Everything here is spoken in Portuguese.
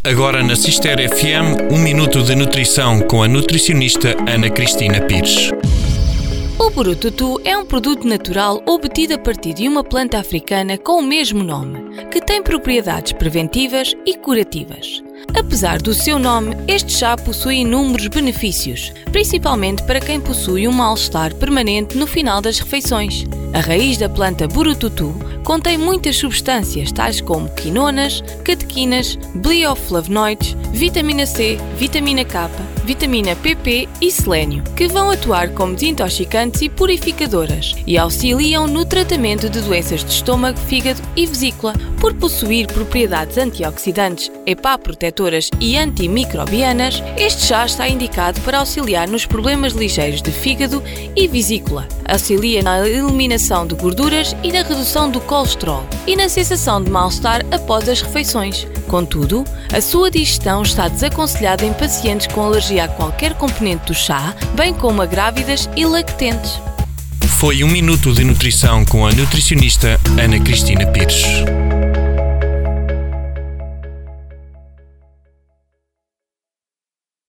Agora na Cister FM, 1 minuto de nutrição com a nutricionista Ana Cristina Pires. O burututu é um produto natural obtido a partir de uma planta africana com o mesmo nome, que tem propriedades preventivas e curativas. Apesar do seu nome, este chá possui inúmeros benefícios, principalmente para quem possui um mal-estar permanente no final das refeições. A raiz da planta burututu contém muitas substâncias tais como quinonas, catequinas, bioflavonoides, vitamina C, vitamina K, vitamina PP e selênio, que vão atuar como desintoxicantes e purificadoras e auxiliam no tratamento de doenças de estômago, fígado e vesícula. Por possuir propriedades antioxidantes, hepatoprotetoras e antimicrobianas, este chá está indicado para auxiliar nos problemas ligeiros de fígado e vesícula. Auxilia na eliminação de gorduras e na redução do colesterol e na sensação de mal-estar após as refeições. Contudo, a sua digestão está desaconselhada em pacientes com alergia a qualquer componente do chá, bem como a grávidas e lactentes. Foi 1 minuto de nutrição com a nutricionista Ana Cristina Pires.